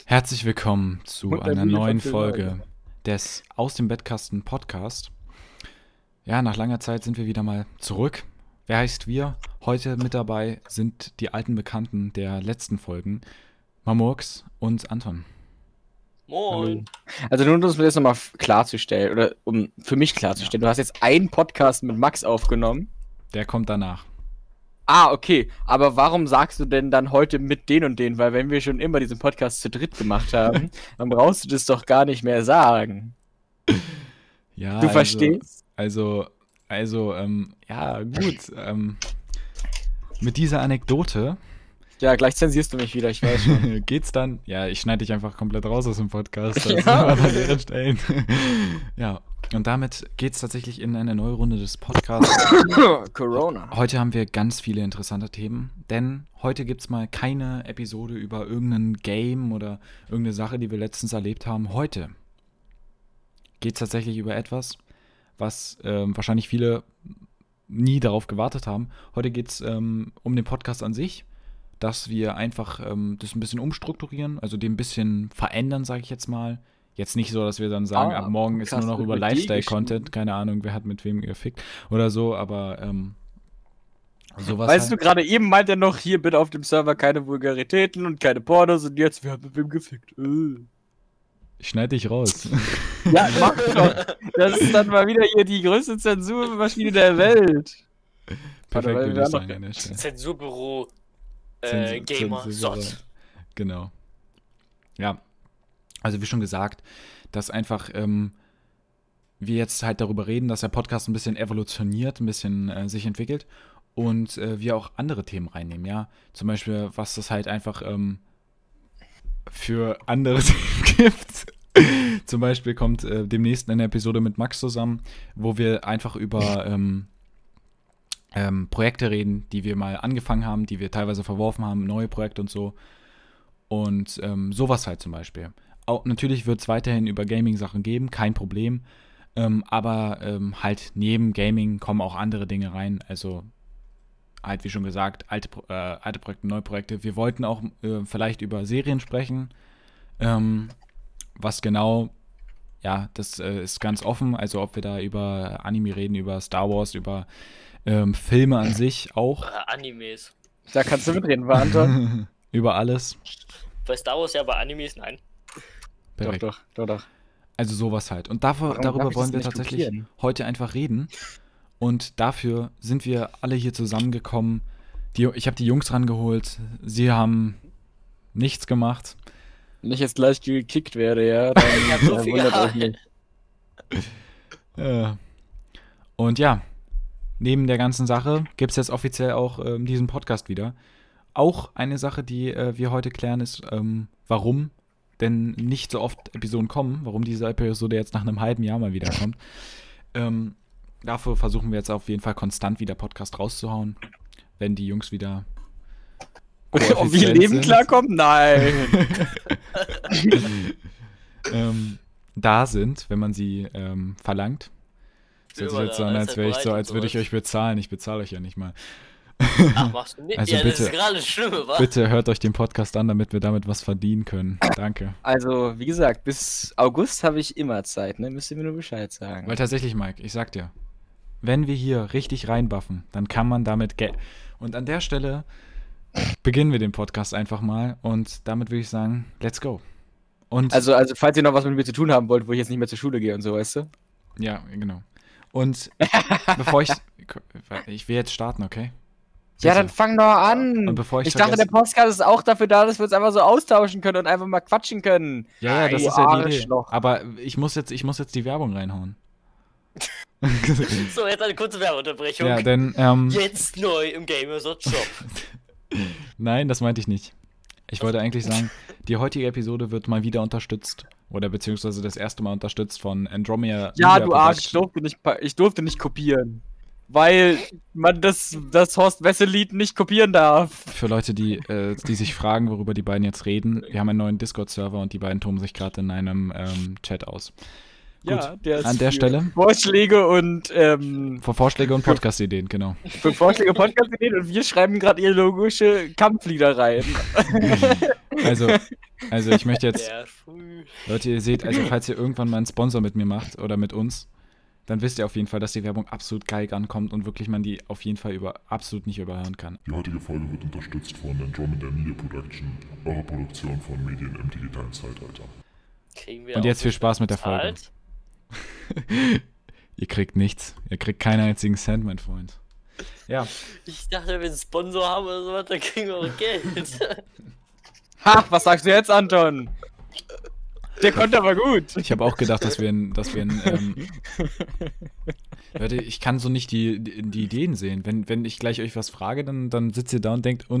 Herzlich willkommen zu Und der einer Willi neuen von Folge des Aus dem Bettkasten Podcast. Ja, nach langer Zeit sind wir wieder mal zurück. Wer heißt wir? Heute mit dabei sind die alten Bekannten der letzten Folgen, Mamurks und Anton. Hallo. Moin. Also nur um das jetzt nochmal klarzustellen, oder um für mich klarzustellen, du hast jetzt einen Podcast mit Max aufgenommen. Der kommt danach. Ah, okay. Aber warum sagst du denn dann heute mit den und den? Weil wenn wir schon immer diesen Podcast zu dritt gemacht haben, dann brauchst du das doch gar nicht mehr sagen. Ja, Du verstehst? Ja, gut. Mit dieser Anekdote Ja, gleich zensierst du mich wieder, ich weiß schon. geht's dann. Ja, ich schneide dich einfach komplett raus aus dem Podcast. Das Ja. ist immer an ihren Stellen. Ja, und damit geht's tatsächlich in eine neue Runde des Podcasts. Corona. Heute haben wir ganz viele interessante Themen, denn heute gibt's mal keine Episode über irgendein Game oder irgendeine Sache, die wir letztens erlebt haben. Heute geht's tatsächlich über etwas, was wahrscheinlich viele nie darauf gewartet haben. Heute geht's um den Podcast an sich, dass wir einfach das ein bisschen umstrukturieren, also den ein bisschen verändern, sage ich jetzt mal. Jetzt nicht so, dass wir dann sagen, ab morgen ist nur Podcast noch wird über mit D Lifestyle-Content, keine Ahnung, wer hat mit wem gefickt oder so, aber sowas Weißt du, halt. gerade eben meint er noch, hier bitte auf dem Server keine Vulgaritäten und keine Pornos und jetzt, wer hat mit wem gefickt? Ich schneide dich raus. Ja, mach doch. Das ist dann mal wieder hier die größte Zensurmaschine der Welt. Perfekt, weil würde wir ich haben sagen noch- an der Stelle. Zensurbüro Zensur- Gamer Zensurbüro. Sott. Genau. Ja, also wie schon gesagt, dass einfach wir jetzt halt darüber reden, dass der Podcast ein bisschen evolutioniert, ein bisschen sich entwickelt und wir auch andere Themen reinnehmen, ja. Zum Beispiel, was das halt einfach für andere Themen gibt. Zum Beispiel kommt demnächst eine Episode mit Max zusammen, wo wir einfach über Projekte reden, die wir mal angefangen haben, die wir teilweise verworfen haben, neue Projekte und so. Und sowas halt zum Beispiel. Auch, natürlich wird es weiterhin über Gaming-Sachen geben, kein Problem. Aber halt neben Gaming kommen auch andere Dinge rein. Also halt wie schon gesagt, alte Projekte, neue Projekte. Wir wollten auch vielleicht über Serien sprechen. Was genau, ja, das ist ganz offen. Also ob wir da über Anime reden, über Star Wars, über Filme an sich auch. Animes. Da kannst du mitreden, war Anton? Über alles. Bei Star Wars ja, bei Animes nein. Perfekt. Doch. Also sowas halt. Und Warum darf darüber ich wollen das wir nicht tatsächlich kopieren? heute einfach reden. Und dafür sind wir alle hier zusammengekommen. Ich habe die Jungs rangeholt. Sie haben nichts gemacht. Wenn ich jetzt gleich gekickt werde, ja, dann Ich hab so viel wundert euch gehalten. nicht. Und ja, neben der ganzen Sache gibt es jetzt offiziell auch diesen Podcast wieder. Auch eine Sache, die wir heute klären, ist, warum denn nicht so oft Episoden kommen, warum diese Episode jetzt nach einem halben Jahr mal wieder kommt. Dafür versuchen wir jetzt auf jeden Fall konstant wieder Podcast rauszuhauen, wenn die Jungs wieder Ob wir koeffizient Leben sind. klarkommen? Nein. Da sind, wenn man sie verlangt. Das hört sich Immer jetzt da, so an, ist als halt wäre ich bereit so, und als würde ich sowas. euch bezahlen. Ich bezahle euch ja nicht mal. Ach, machst du nicht? Also ja, bitte. das ist gerade das Schlimme, wa? Bitte hört euch den Podcast an, damit wir damit was verdienen können. Danke. Also, wie gesagt, bis August habe ich immer Zeit, ne? Müsst ihr mir nur Bescheid sagen. Weil tatsächlich, Mike, ich sag dir, wenn wir hier richtig reinbuffen, dann kann man damit Geld. Und an der Stelle beginnen wir den Podcast einfach mal und damit würde ich sagen, let's go. Und Also, falls ihr noch was mit mir zu tun haben wollt, wo ich jetzt nicht mehr zur Schule gehe und so, weißt du? ja, genau. Und bevor ich will jetzt starten, okay? Ja, Bitte. dann fang doch an. Und bevor ich dachte, der vergesse- Podcast ist auch dafür da, dass wir uns einfach so austauschen können und einfach mal quatschen können. Ja, das Du ist ja die Idee. Arschloch. Aber ich muss jetzt die Werbung reinhauen. So, jetzt eine kurze Werbeunterbrechung. Ja, denn Jetzt neu im Gamersot Shop. nein, das meinte ich nicht. Ich wollte eigentlich sagen, die heutige Episode wird mal wieder unterstützt. Oder beziehungsweise das erste Mal unterstützt von Andromeda. Ja, Media du Arsch, Production. ich durfte nicht kopieren. Weil man das Horst Wessel-Lied nicht kopieren darf. Für Leute, die sich fragen, worüber die beiden jetzt reden, wir haben einen neuen Discord-Server und die beiden toben sich gerade in einem Chat aus. Ja, der ist an der für Stelle? Vorschläge und Für Vorschläge und Podcast-Ideen, genau. für Vorschläge Podcast-Ideen und wir schreiben gerade ideologische Kampflieder rein. Also ich möchte jetzt, Der früh. Leute, ihr seht, also falls ihr irgendwann mal einen Sponsor mit mir macht oder mit uns, dann wisst ihr auf jeden Fall, dass die Werbung absolut geil ankommt und wirklich man die auf jeden Fall absolut nicht überhören kann. Die heutige Folge wird unterstützt von Andromeda Media Production, eurer Produktion von Medien im digitalen Zeitalter. Kriegen wir Und auch jetzt viel nicht Spaß mit der Folge. bezahlt? Ihr kriegt nichts. Ihr kriegt keinen einzigen Cent, mein Freund. Ja. Ich dachte, wenn wir einen Sponsor haben oder sowas, dann kriegen wir auch Geld. Ha, was sagst du jetzt, Anton? Der konnte aber gut. Ich habe auch gedacht, dass wir ein Leute, ich kann so nicht die Ideen sehen. Wenn ich gleich euch was frage, dann sitzt ihr da und denkt,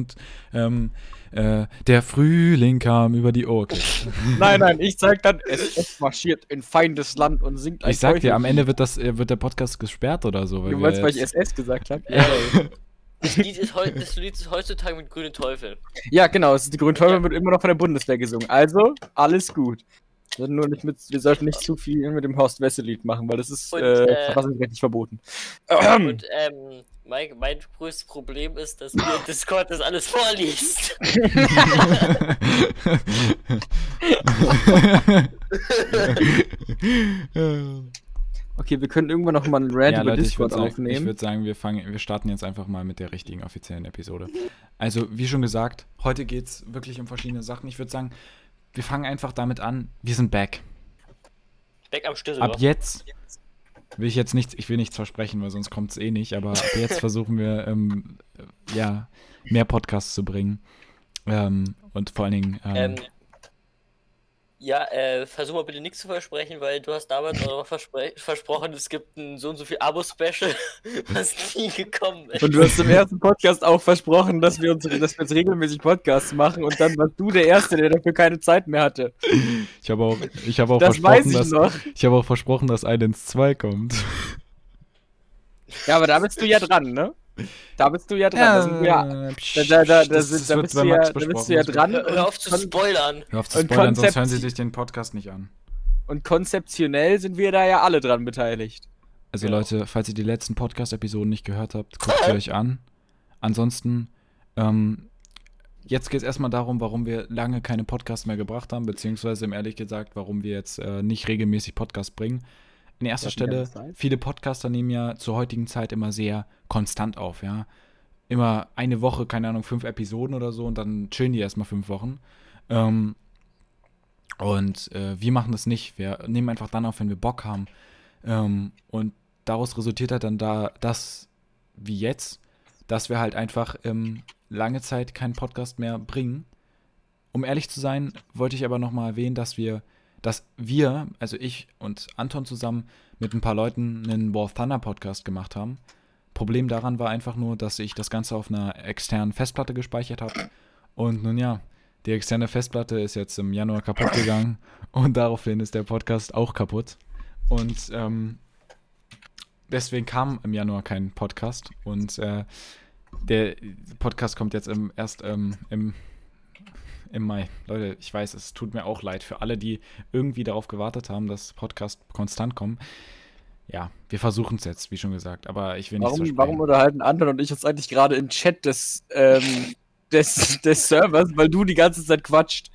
der Frühling kam über die Ohr. Okay. Nein, ich sag dann, es marschiert in feindes Land und singt ein Ich sag dir, Teufel. am Ende wird der Podcast gesperrt oder so. Du meinst, weil ich SS gesagt habe? Ja. Das Lied ist heutzutage mit grünen Teufel. Ja, genau, es ist die Grüntäufer wird immer noch von der Bundeswehr gesungen. Also, alles gut. Wir sollten nicht zu viel mit dem Horst Wessel-Lied machen, weil das ist Und, verfassungsrechtlich verboten. Und mein größtes Problem ist, dass mir Discord das alles vorliest. Okay, wir können irgendwann noch mal einen Rant Ja, über Leute, Discord ich aufnehmen. würde sagen, wir starten jetzt einfach mal mit der richtigen offiziellen Episode. Also, wie schon gesagt, heute geht es wirklich um verschiedene Sachen. Ich würde sagen, wir fangen einfach damit an. Wir sind back. Weg am Schlüssel. Ab jetzt ich will nichts versprechen, weil sonst kommt es eh nicht, aber ab jetzt versuchen wir, mehr Podcasts zu bringen. Und vor allen Dingen, versuch mal bitte nichts zu versprechen, weil du hast damals auch versprochen, es gibt ein so und so viel Abo-Special, was nie gekommen ist. Und du hast im ersten Podcast auch versprochen, dass wir jetzt regelmäßig Podcasts machen und dann warst du der Erste, der dafür keine Zeit mehr hatte. ich habe auch Das weiß versprochen, ich noch. ich habe auch versprochen, dass 1-2 kommt. Ja, aber da bist du ja dran, ne? Da bist du ja dran. Da bist du ja dran. Hör auf zu spoilern. Hör auf zu Und spoilern, sonst Konzept- hören sie sich den Podcast nicht an. Und konzeptionell sind wir da ja alle dran beteiligt. Also Genau. Leute, falls ihr die letzten Podcast-Episoden nicht gehört habt, guckt sie euch an. Ansonsten, jetzt geht es erstmal darum, warum wir lange keine Podcasts mehr gebracht haben, beziehungsweise ehrlich gesagt, warum wir jetzt nicht regelmäßig Podcasts bringen. In erster Ja, die ganze Stelle, Zeit. viele Podcaster nehmen ja zur heutigen Zeit immer sehr konstant auf, ja. Immer eine Woche, keine Ahnung, 5 Episoden oder so und dann chillen die erstmal 5 Wochen. Wir machen das nicht. Wir nehmen einfach dann auf, wenn wir Bock haben. Und daraus resultiert halt dann das, wie jetzt, dass wir halt einfach lange Zeit keinen Podcast mehr bringen. Um ehrlich zu sein, wollte ich aber nochmal erwähnen, dass wir, also ich und Anton zusammen mit ein paar Leuten einen War Thunder Podcast gemacht haben. Problem daran war einfach nur, dass ich das Ganze auf einer externen Festplatte gespeichert habe. Und nun ja, die externe Festplatte ist jetzt im Januar kaputt gegangen und daraufhin ist der Podcast auch kaputt. Und deswegen kam im Januar kein Podcast und der Podcast kommt jetzt erst im Mai. Leute, ich weiß, es tut mir auch leid für alle, die irgendwie darauf gewartet haben, dass Podcasts konstant kommen. Ja, wir versuchen es jetzt, wie schon gesagt, aber ich will nichts Warum versprechen. unterhalten Anton und ich uns eigentlich gerade im Chat des Servers, weil du die ganze Zeit quatscht?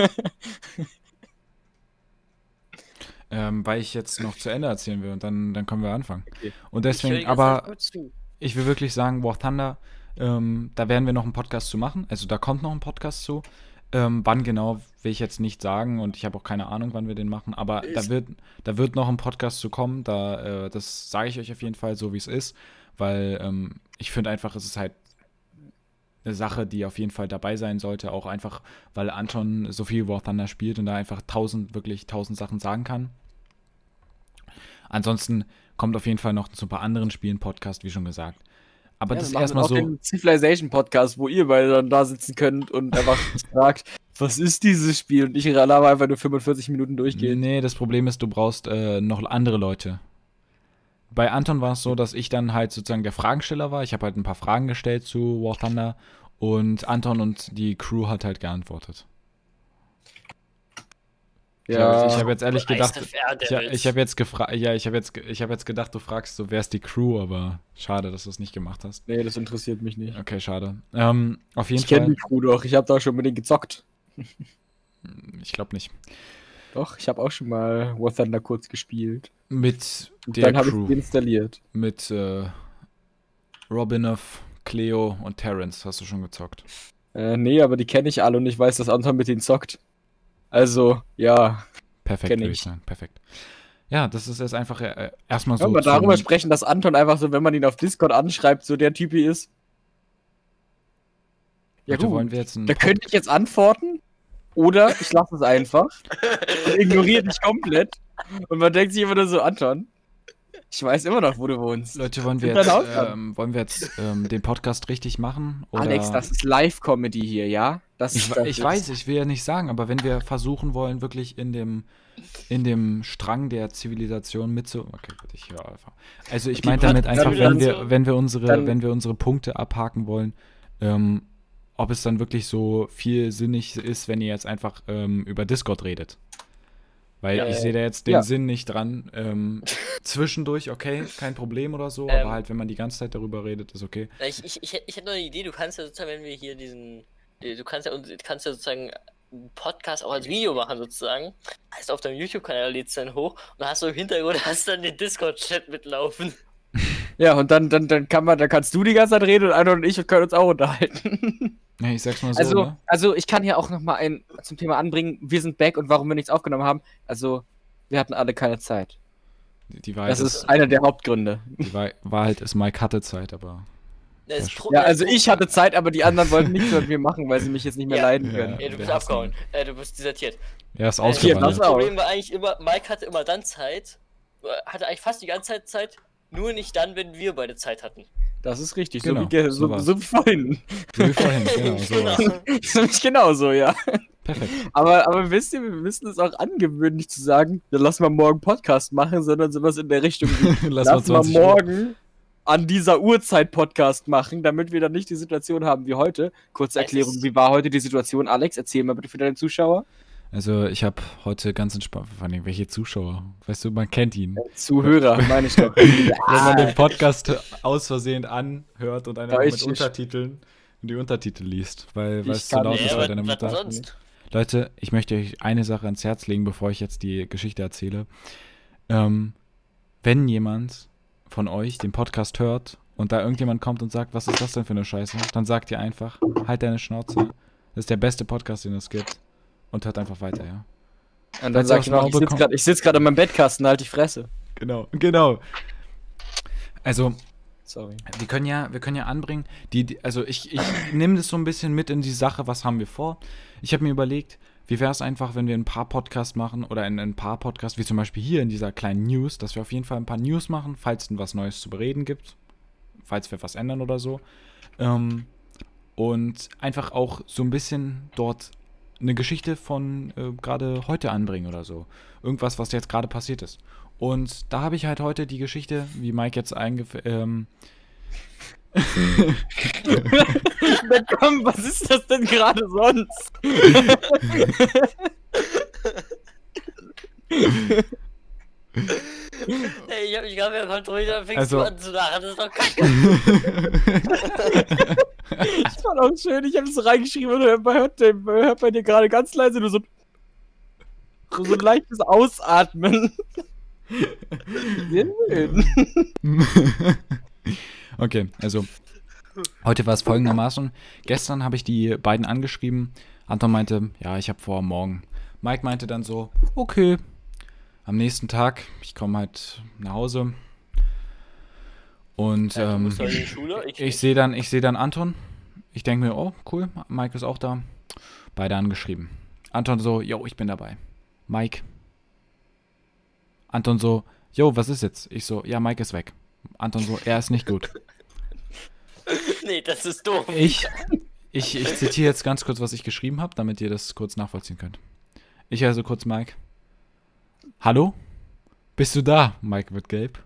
Weil ich jetzt noch zu Ende erzählen will und dann können wir anfangen. Okay. Und Ich höre deswegen, die ganze Zeit aber gut zu. ich will wirklich sagen, War Thunder, da werden wir noch einen Podcast zu machen. Also da kommt noch ein Podcast zu. Wann genau, will ich jetzt nicht sagen und ich habe auch keine Ahnung, wann wir den machen, aber da wird noch ein Podcast zu kommen. Das sage ich euch auf jeden Fall so, wie es ist, weil ich finde einfach, es ist halt eine Sache, die auf jeden Fall dabei sein sollte, auch einfach, weil Anton so viel War Thunder spielt und da einfach 1000 Sachen sagen kann. Ansonsten kommt auf jeden Fall noch zu ein paar anderen Spielen Podcast, wie schon gesagt. Aber das ist erstmal so. Den Civilization Podcast, wo ihr beide dann da sitzen könnt und einfach fragt, was ist dieses Spiel? Und ich laber einfach nur 45 Minuten durchgehen. Nee, das Problem ist, du brauchst noch andere Leute. Bei Anton war es so, dass ich dann halt sozusagen der Fragensteller war. Ich habe halt ein paar Fragen gestellt zu War Thunder und Anton und die Crew hat halt geantwortet. Ja, Ich habe jetzt ehrlich gedacht, Eisdevils. ich habe jetzt gedacht, du fragst so, wer ist die Crew, aber schade, dass du es nicht gemacht hast. nee, das interessiert mich nicht. Okay, schade. Auf jeden Ich kenne Fall. die Crew doch, ich habe da schon mit denen gezockt. Ich glaube nicht. Doch, ich habe auch schon mal War Thunder kurz gespielt. Mit Und der dann habe ich Crew. es installiert. Mit Robinov, Cleo und Terrence hast du schon gezockt. Nee, aber die kenne ich alle und ich weiß, dass Anton mit denen zockt. Also, ja. Perfekt, Kenn würde ich. ich sagen. Perfekt. Ja, das ist jetzt einfach erstmal so. Können wir darüber zum- sprechen, dass Anton einfach so, wenn man ihn auf Discord anschreibt, so der Typi ist? Ja, Leute, gut. wollen wir jetzt einen Da könnte ich jetzt antworten. Oder ich lasse es einfach. Und ignoriere dich komplett. Und man denkt sich immer nur so, Anton, ich weiß immer noch, wo du wohnst. Leute, wollen wir Sind deine jetzt, Aufgaben. wollen wir jetzt den Podcast richtig machen? Oder? Alex, das ist Live-Comedy hier, ja? Das Ich ist weiß, ich will ja nicht sagen, aber wenn wir versuchen wollen, wirklich in dem Strang der Zivilisation Okay, gut, ich höre einfach. Also ich Die meine damit einfach, Zivilisation. wenn wir Dann- unsere Punkte abhaken wollen, ob es dann wirklich so viel sinnig ist, wenn ihr jetzt einfach über Discord redet. Weil Ja, ich sehe da jetzt den ja. Sinn nicht dran. Zwischendurch, okay, kein Problem oder so, aber halt, wenn man die ganze Zeit darüber redet, ist okay. Ich hätte noch eine Idee, du kannst ja sozusagen, wenn wir hier du kannst ja sozusagen einen Podcast auch als Video machen sozusagen. Heißt, auf deinem YouTube-Kanal lädst du dann hoch und dann hast du im Hintergrund dann den Discord-Chat mitlaufen. Ja, und dann kannst du die ganze Zeit reden und Anton und ich können uns auch unterhalten. Ja, ich sag's mal so, ne? Also ich kann hier auch nochmal ein zum Thema anbringen, wir sind back und warum wir nichts aufgenommen haben. Also, wir hatten alle keine Zeit. Die Wahrheit Das ist einer der Hauptgründe. Die Wahrheit ist, Mike hatte Zeit, aber Das Ja, also ich hatte Zeit, aber die anderen wollten nichts mit mir machen, weil sie mich jetzt nicht mehr Ja. leiden Ja. können. Ja, du bist Wir hassen abgehauen. Du bist desertiert. er ist Hier, ausgewandert. was Das auch. Problem war eigentlich immer, Mike hatte immer dann Zeit, hatte eigentlich fast die ganze Zeit, nur nicht dann, wenn wir beide Zeit hatten. Das ist richtig, Genau, so sowas. wie vorhin. So wie vorhin, genau, sowas. Das ist nämlich genauso, ja. Perfekt. Aber wisst ihr, wir müssen es auch angewöhnen, nicht zu sagen, dann lass mal morgen Podcast machen, sondern sowas in der Richtung wie, Lass lass mal 20 Uhr. morgen an dieser Uhrzeit Podcast machen, damit wir dann nicht die Situation haben wie heute. Kurze Es Erklärung, ist- wie war heute die Situation? Alex, erzähl mal bitte für deine Zuschauer. Also ich habe heute ganz entspannt, vor allem welche Zuschauer, weißt du, man kennt ihn. Zuhörer, meine ich doch. Wenn man den Podcast aus Versehen anhört und einfach mit Deutsch. Untertiteln und die Untertitel liest, weil Ich es zu kann laut nicht. ist Ja, bei deiner was Mutter. sonst? Leute, ich möchte euch eine Sache ans Herz legen, bevor ich jetzt die Geschichte erzähle. Wenn jemand von euch den Podcast hört und da irgendjemand kommt und sagt, was ist das denn für eine Scheiße, dann sagt ihr einfach, halt deine Schnauze. Das ist der beste Podcast, den es gibt. Und hört einfach weiter, ja. Und dann Falls ihr sag was ich noch, Maul ich sitze gerade in meinem Bettkasten, halt die Fresse. Genau. Also, Sorry. wir können ja anbringen, also ich nehme das so ein bisschen mit in die Sache, was haben wir vor. Ich habe mir überlegt, wie wäre es einfach, wenn wir ein paar Podcasts machen oder in ein paar Podcasts, wie zum Beispiel hier in dieser kleinen News, dass wir auf jeden Fall ein paar News machen, falls es was Neues zu bereden gibt, falls wir was ändern oder so. Und einfach auch so ein bisschen dort eine Geschichte von gerade heute anbringen oder so. Irgendwas, was jetzt gerade passiert ist. Und da habe ich halt heute die Geschichte, wie Mike jetzt Na komm, was ist das denn gerade sonst? Ey, ich hab mich gerade wieder kontrolliert, dann fängst Also- du an zu lachen, das ist doch kacke. Das war doch schön, ich habe es reingeschrieben und man hört bei dir gerade ganz leise nur so ein leichtes Ausatmen. Sehr schön. Okay, also heute war es folgendermaßen. Gestern habe ich die beiden angeschrieben. Anton meinte, ja, ich habe vor morgen. Mike meinte dann so, okay. Am nächsten Tag, ich komme halt nach Hause. Und Ja, du musst halt in die Schule, ich sehe dann Anton. Ich denke mir, oh, cool, Mike ist auch da. Beide angeschrieben. Anton so, yo, ich bin dabei. Mike. Anton so, yo, was ist jetzt? Ich so, ja, Mike ist weg. Anton so, er ist nicht gut. Nee, das ist doof. Ich zitiere jetzt ganz kurz, was ich geschrieben habe, damit ihr das kurz nachvollziehen könnt. Ich also kurz Mike. Hallo? Bist du da? Mike wird gelb.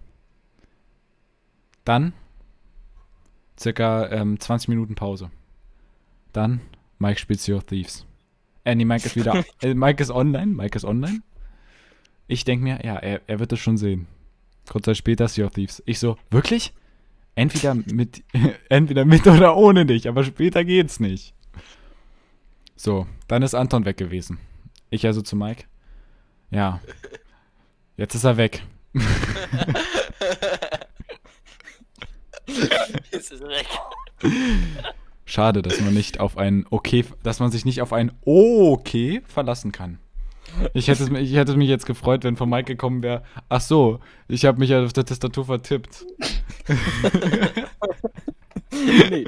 Dann circa 20 Minuten Pause. Dann Mike spielt Sea of Thieves. Nee, Mike ist wieder. Mike ist online. Ich denke mir, ja, er wird es schon sehen. Kurz Zeit später Sea of Thieves. Ich so, wirklich? Entweder mit oder ohne dich, aber später geht's nicht. So, dann ist Anton weg gewesen. Ich also zu Mike. Ja. Jetzt ist er weg. Jetzt ist er weg. Schade, dass man sich nicht auf ein Okay verlassen kann. Ich hätte mich jetzt gefreut, wenn von Mike gekommen wäre, ach so, ich habe mich ja auf der Tastatur vertippt. Nee.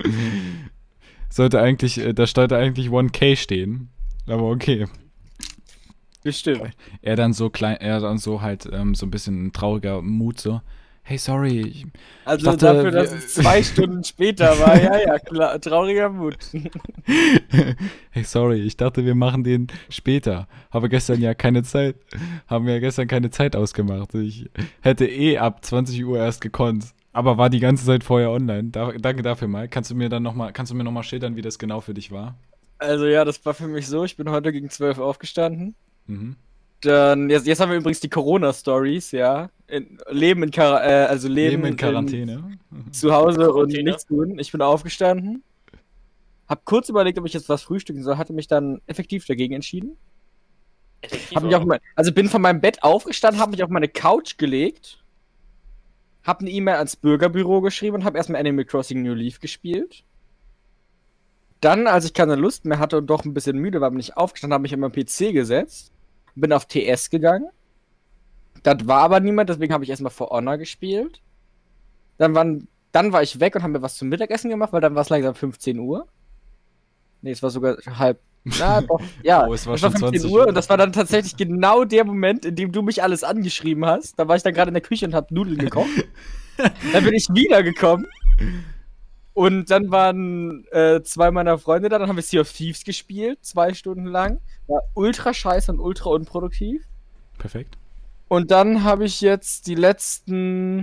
Da sollte eigentlich 1K stehen. Aber okay. Bestimmt. Er dann so halt so ein bisschen ein trauriger Mut so, hey, sorry. Also dachte, dafür, dass es 2 Stunden später war, ja, klar, trauriger Mut. Hey, sorry, ich dachte, wir machen den später. Haben ja gestern keine Zeit ausgemacht. Ich hätte ab 20 Uhr erst gekonnt. Aber war die ganze Zeit vorher online. Danke dafür mal. Kannst du mir noch mal schildern, wie das genau für dich war? Also ja, das war für mich so, ich bin heute gegen 12 aufgestanden. Mhm. Dann, jetzt haben wir übrigens die Corona-Stories, ja. Leben in Quarantäne. Zu Hause und Quarantäne. nichts tun. Ich bin aufgestanden. Hab kurz überlegt, ob ich jetzt was frühstücken soll, hatte mich dann effektiv dagegen entschieden. Effektiv Hab mich auch. bin von meinem Bett aufgestanden, habe mich auf meine Couch gelegt, hab eine E-Mail ans Bürgerbüro geschrieben und habe erstmal Animal Crossing New Leaf gespielt. Dann, als ich keine Lust mehr hatte und doch ein bisschen müde war, bin ich aufgestanden, habe mich an meinen PC gesetzt, bin auf TS gegangen. Das war aber niemand, deswegen habe ich erstmal For Honor gespielt. Dann war ich weg und habe mir was zum Mittagessen gemacht, weil dann war es langsam 15 Uhr. Nee, es war sogar doch, ja, Oh, es war es schon 15 20 Uhr und das war dann tatsächlich genau der Moment, in dem du mich alles angeschrieben hast. Da war ich dann gerade in der Küche und habe Nudeln gekocht. Dann bin ich wiedergekommen. Und dann waren 2 meiner Freunde da, dann haben wir Sea of Thieves gespielt, 2 Stunden lang. War ultra scheiße und ultra unproduktiv. Perfekt. Und dann habe ich jetzt die letzten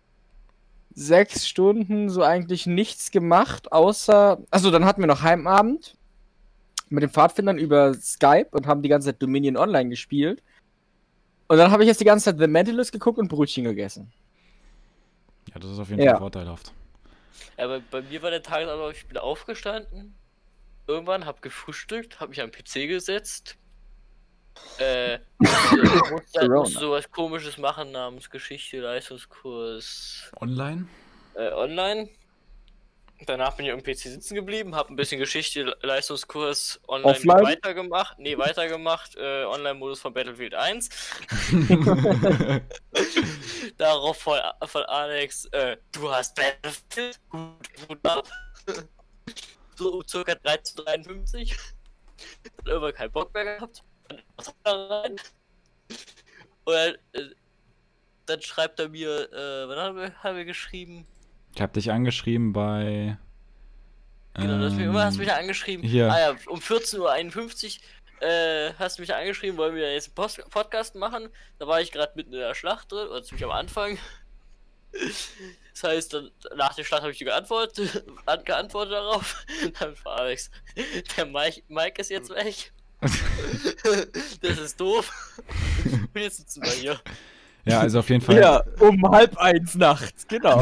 6 Stunden so eigentlich nichts gemacht, außer. Also dann hatten wir noch Heimabend mit den Pfadfindern über Skype und haben die ganze Zeit Dominion Online gespielt. Und dann habe ich jetzt die ganze Zeit The Mentalist geguckt und Brötchen gegessen. Ja, das ist auf jeden Fall vorteilhaft. Ja, aber bei mir war der Tag aber, ich bin aufgestanden, irgendwann, hab gefrühstückt, hab mich am PC gesetzt, musste sowas Komisches machen namens Geschichte, Leistungskurs Online? Online. Danach bin ich am PC sitzen geblieben, hab ein bisschen Geschichte, Leistungskurs online Offline? weitergemacht, Online-Modus von Battlefield 1. Darauf von Alex, du hast Battlefield, gut ab. So um ca. 13:53. Dann irgendwann keinen Bock mehr gehabt. Dann rein. Und dann schreibt er mir, wann haben wir geschrieben? Ich habe dich angeschrieben bei. Genau, hast du mich angeschrieben. hier. Ah ja, um 14:51 Uhr hast du mich angeschrieben, wollen wir jetzt einen Podcast machen. Da war ich gerade mitten in der Schlacht drin, oder ziemlich am Anfang. Das heißt, dann, nach der Schlacht habe ich dir geantwortet darauf. Dann war Alex, der Mike ist jetzt weg. Das ist doof. Und jetzt sitzen wir hier. Ja, also auf jeden Fall. Ja, um 12:30 nachts, genau.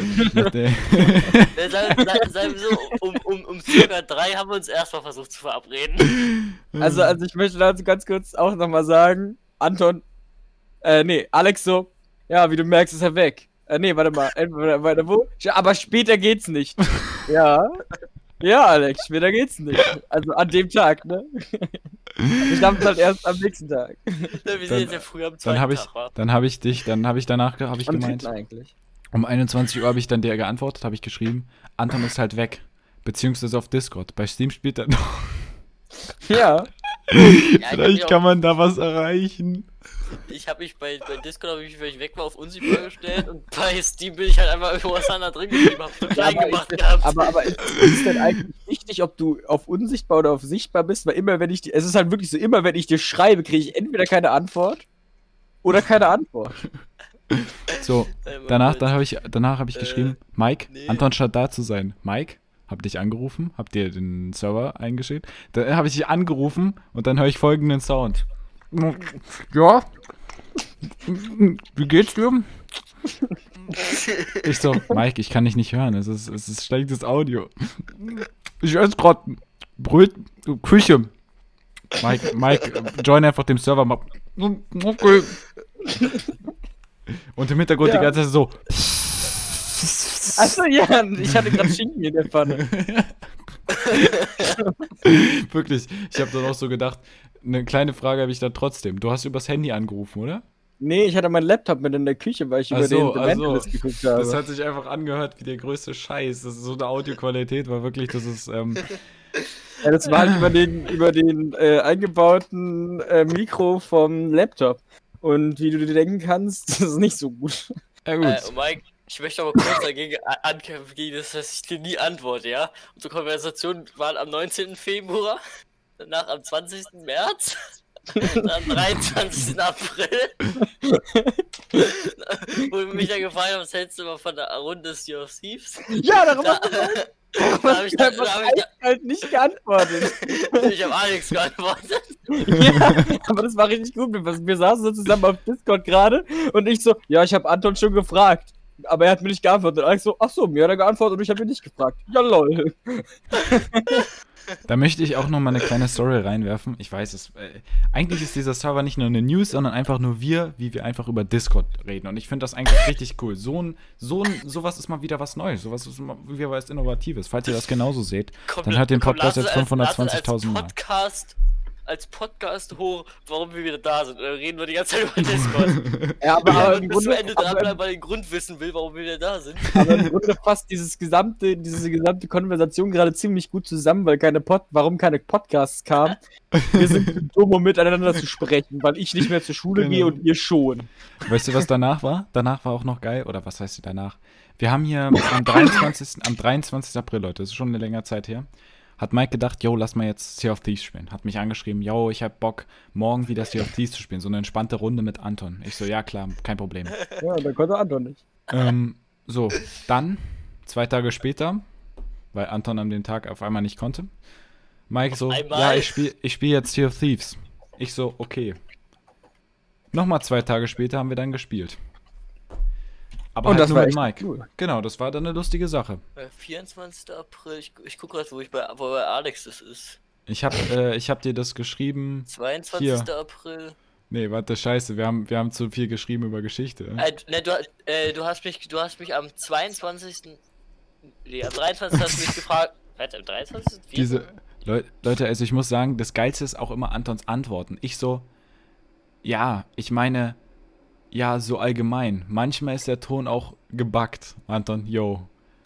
Sagen wir so, um circa 3 haben wir uns erstmal versucht zu verabreden. Also ich möchte dazu ganz kurz auch nochmal sagen, Alex so, ja, wie du merkst, ist er weg. Warte mal, warte, wo? Aber später geht's nicht. Ja, Alex, später geht's nicht. Also an dem Tag, ne? Wir haben es halt erst am nächsten Tag. Wir sind jetzt ja früh am zweiten Tag, wa? Dann habe ich gemeint, eigentlich. um 21 Uhr habe ich dann dir geantwortet, habe ich geschrieben, Anton ist halt weg. Beziehungsweise auf Discord. Bei Steam spielt er noch. Ja. Vielleicht kann man da was erreichen. Ich habe mich bei Discord, weil ich weg war, auf unsichtbar gestellt und bei Steam bin ich halt einfach irgendwo was anderes drin geschrieben, hab so klein gemacht gehabt. Aber ist es denn eigentlich wichtig, ob du auf unsichtbar oder auf sichtbar bist? Weil es ist halt wirklich so, immer wenn ich dir schreibe, kriege ich entweder keine Antwort oder keine Antwort. So, danach habe ich geschrieben, Mike, nee. Anton scheint da zu sein. Mike, hab dich angerufen, hab dir den Server eingeschickt. Dann habe ich dich angerufen und dann höre ich folgenden Sound. Ja? Wie geht's dir? Ich so, Mike, ich kann dich nicht hören. Es ist schlechtes Audio. Ich esse gerade Küche. Mike, join einfach dem Server mal. Okay. Und im Hintergrund die ganze Zeit so. Achso, ja, ich hatte gerade Schinken in der Pfanne. Wirklich, ich habe dann auch so gedacht, eine kleine Frage habe ich dann trotzdem. Du hast übers Handy angerufen, oder? Nee, ich hatte meinen Laptop mit in der Küche, weil ich über den The Mentalist geguckt habe. Das hat sich einfach angehört wie der größte Scheiß. Das ist so eine Audioqualität, war wirklich, das ist, Ja, das war halt über den eingebauten Mikro vom Laptop. Und wie du dir denken kannst, das ist nicht so gut. ja gut. Mike, ich möchte aber kurz dagegen ankämpfen, gegen das, dass ich dir nie antworte, ja? Unsere Konversation war am 19. Februar, danach am 20. März, dann am 23. April. Wo du mich dann gefragt hast, was hältst du mal von der Runde Sea of Thieves? Ja, darüber Da habe ich halt nicht geantwortet. ich habe Alex geantwortet. Ja, aber das war richtig gut. Wir saßen so zusammen auf Discord gerade und ich so, ja, ich habe Anton schon gefragt. Aber er hat mir nicht geantwortet. Und Alex so, ach so, mir hat er geantwortet und ich habe ihn nicht gefragt. Ja, lol. Da möchte ich auch noch mal eine kleine Story reinwerfen. Ich weiß es. Eigentlich ist dieser Server nicht nur eine News, sondern einfach nur wie wir einfach über Discord reden. Und ich finde das eigentlich richtig cool. Sowas ist mal wieder was Neues. Sowas ist mal wieder was Innovatives. Falls ihr das genauso seht, dann hört den Podcast jetzt 520.000 Mal. Als Podcast hoch, warum wir wieder da sind. Oder reden wir die ganze Zeit über Discord. Ja, aber und bis zum Ende dranbleiben, weil ich den Grund wissen will, warum wir wieder da sind. Aber im Grunde fasst diese gesamte Konversation gerade ziemlich gut zusammen, weil warum keine Podcasts kamen. Wir sind zu dumm, um miteinander zu sprechen, weil ich nicht mehr zur Schule gehe und ihr schon. Weißt du, was danach war? Danach war auch noch geil, oder was heißt danach? Wir haben hier am 23. April, Leute, das ist schon eine längere Zeit her, hat Mike gedacht, yo, lass mal jetzt Sea of Thieves spielen. Hat mich angeschrieben, yo, ich hab Bock, morgen wieder Sea of Thieves zu spielen. So eine entspannte Runde mit Anton. Ich so, ja klar, kein Problem. Ja, da konnte Anton nicht. So, dann, 2 Tage später, weil Anton an dem Tag auf einmal nicht konnte, Mike so, ja, ich spiel jetzt Sea of Thieves. Ich so, okay. Nochmal 2 Tage später haben wir dann gespielt. Aber und halt das nur war mit echt Mike. cool. Genau, das war dann eine lustige Sache. 24. April, ich gucke gerade, wo bei Alex das ist. Ich hab dir das geschrieben. 22. Hier. April. Nee, warte, scheiße, wir haben zu viel geschrieben über Geschichte. Ne, du hast mich am 22. Nee, am 23. hast du mich gefragt. Warte, am 23. Leute, also ich muss sagen, das Geilste ist auch immer Antons Antworten. Ich so, ja, ich meine, ja, so allgemein. Manchmal ist der Ton auch gebuggt. Anton, yo.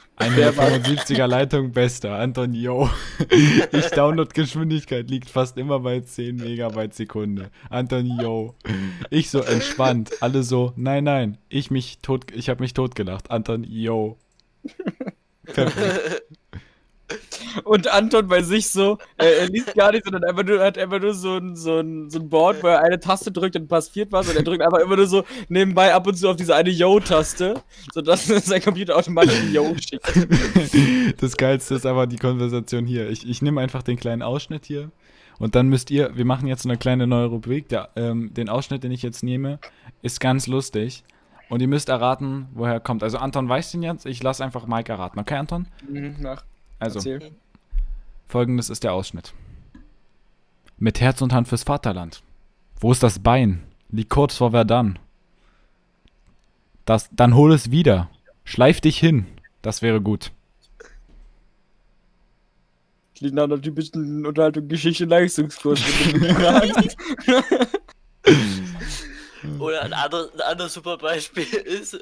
175er Leitung, bester. Anton, yo. Download-Geschwindigkeit liegt fast immer bei 10 Megabyte Sekunde. Anton, yo. Ich so entspannt. Alle so, nein. Ich hab mich totgelacht. Anton, yo. Perfekt. Und Anton bei sich so, er liest gar nicht, sondern hat einfach nur so ein Board, wo er eine Taste drückt und passiert was und er drückt einfach immer nur so nebenbei ab und zu auf diese eine Yo-Taste, sodass sein Computer automatisch ein Yo schickt. Das Geilste ist aber die Konversation hier. Ich nehme einfach den kleinen Ausschnitt hier und dann wir machen jetzt eine kleine neue Rubrik. Den Ausschnitt, den ich jetzt nehme, ist ganz lustig. Und ihr müsst erraten, woher er kommt. Also Anton weiß den jetzt, ich lasse einfach Mike erraten. Okay, Anton? Also, folgendes ist der Ausschnitt. Mit Herz und Hand fürs Vaterland. Wo ist das Bein? Liegt kurz vor Verdun. Dann hol es wieder. Schleif dich hin. Das wäre gut. Klingt nach einer typischen Unterhaltung Geschichte-Leistungskurs. Oder ein anderes super Beispiel ist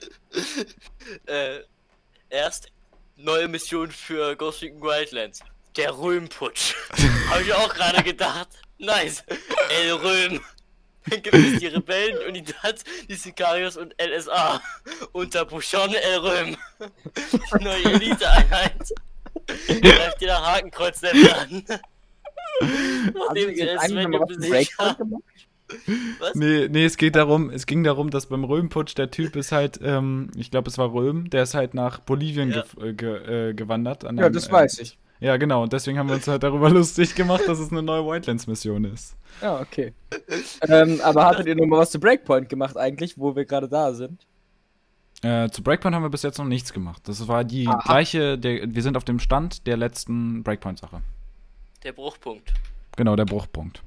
erst neue Mission für Ghost Recon Wildlands. Der Röhm-Putsch. Habe ich auch gerade gedacht. Nice. El Röhm. Dann gibt es die Rebellen, Unidad, die Sicarios und LSA. Unter Bouchon El Röhm. Die neue Elite-Einheit. Greift dir nach Hakenkreuz an. Nachdem ihr es besiegt habt. Was? Nee, es ging darum, dass beim Röhm-Putsch der Typ ist halt, ich glaube es war Röhm, der ist halt nach Bolivien gewandert. Ja, das weiß ich. Ja, genau, und deswegen haben wir uns halt darüber lustig gemacht, dass es eine neue Wildlands-Mission ist. Ja, okay. Aber hattet ihr noch mal was zu Breakpoint gemacht eigentlich, wo wir gerade da sind? Zu Breakpoint haben wir bis jetzt noch nichts gemacht. Das war die gleiche, wir sind auf dem Stand der letzten Breakpoint-Sache. Der Bruchpunkt. Genau, der Bruchpunkt.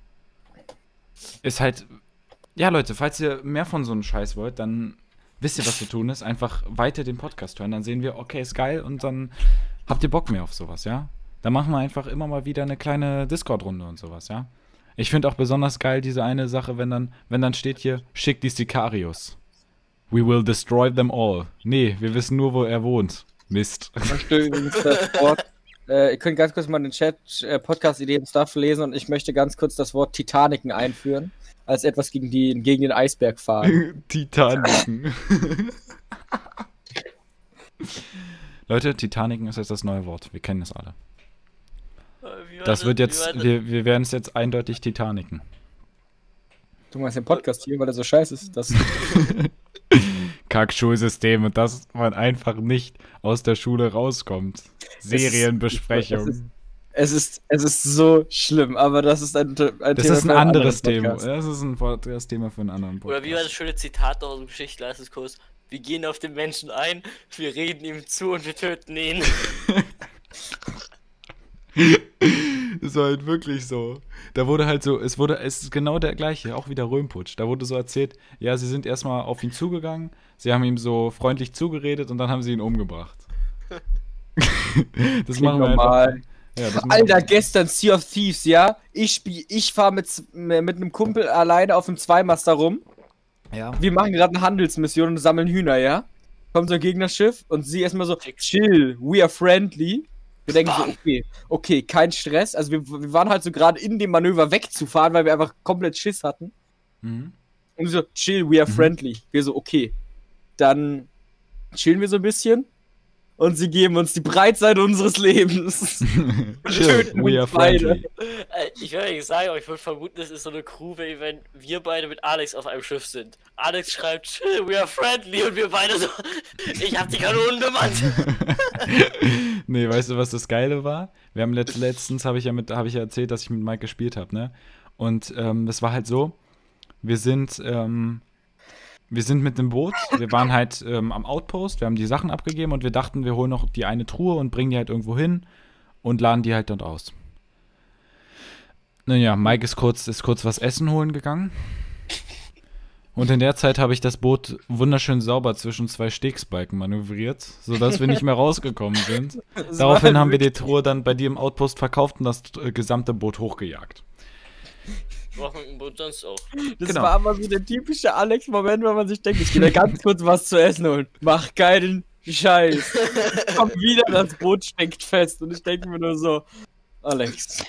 Ist halt. Ja, Leute, falls ihr mehr von so einem Scheiß wollt, dann wisst ihr, was zu tun ist. Einfach weiter den Podcast hören. Dann sehen wir, okay, ist geil und dann habt ihr Bock mehr auf sowas, ja? Dann machen wir einfach immer mal wieder eine kleine Discord-Runde und sowas, ja? Ich finde auch besonders geil diese eine Sache, wenn dann steht hier, schickt die Sicarios. We will destroy them all. Nee, wir wissen nur, wo er wohnt. Mist. Ich möchte übrigens das Wort, ihr könnt ganz kurz mal in den Chat Podcast-Ideen Stuff lesen und ich möchte ganz kurz das Wort Titaniken einführen, als etwas gegen den Eisberg fahren. Titaniken. Leute, Titaniken ist jetzt das neue Wort. Wir kennen es alle. Das wird jetzt, wir werden es jetzt eindeutig Titaniken. Du meinst den Podcast hier, weil er so scheiße ist? Das Kack-Schulsystem, dass man einfach nicht aus der Schule rauskommt. Serienbesprechung. Es ist so schlimm, aber das ist ein Thema. Das ist ein anderes Thema. Podcast. Das ist das Thema für einen anderen Podcast. Oder wie war das schöne Zitat aus dem Geschichtsleistungskurs? Wir gehen auf den Menschen ein, wir reden ihm zu und wir töten ihn. Das war halt wirklich so. Da wurde halt so, es ist genau der gleiche, auch wieder Röhmputsch. Da wurde so erzählt, ja, sie sind erstmal auf ihn zugegangen, sie haben ihm so freundlich zugeredet und dann haben sie ihn umgebracht. Das machen wir normal. einfach. Ja, das machen Alter, wir. gestern Sea of Thieves, ja? Ich fahre mit einem Kumpel alleine auf dem Zweimaster rum. Ja. Wir machen gerade eine Handelsmission und sammeln Hühner, ja? Kommt so ein Gegnerschiff und sie erstmal so, chill, we are friendly. Wir denken so, okay, kein Stress. Also wir waren halt so gerade in dem Manöver wegzufahren, weil wir einfach komplett Schiss hatten. Mhm. Und sie so, chill, we are friendly. Wir so, okay. Dann chillen wir so ein bisschen. Und sie geben uns die Breitseite unseres Lebens. Chill, we are friendly. Ich würde nicht sagen, aber ich würde vermuten, es ist so eine Crew, wenn wir beide mit Alex auf einem Schiff sind. Alex schreibt, chill, we are friendly, und wir beide so, ich hab die Kanonen bemannt. Nee, weißt du, was das Geile war? Wir haben letztens, habe ich ja erzählt, dass ich mit Mike gespielt habe, ne? Und das war halt so, wir sind mit dem Boot, wir waren halt am Outpost, wir haben die Sachen abgegeben und wir dachten, wir holen noch die eine Truhe und bringen die halt irgendwo hin und laden die halt dort aus. Naja, Mike ist kurz was essen holen gegangen. Und in der Zeit habe ich das Boot wunderschön sauber zwischen zwei Stegsbalken manövriert, sodass wir nicht mehr rausgekommen sind. Daraufhin haben wir die Truhe dann bei dir im Outpost verkauft und das gesamte Boot hochgejagt. Brauchen wir ein Boot sonst auch. Das Genau. war aber so der typische Alex-Moment, wenn man sich denkt, ich gehe da ganz kurz was zu essen holen. Mach keinen Scheiß. Komm wieder, das Boot steckt fest. Und ich denke mir nur so, Alex.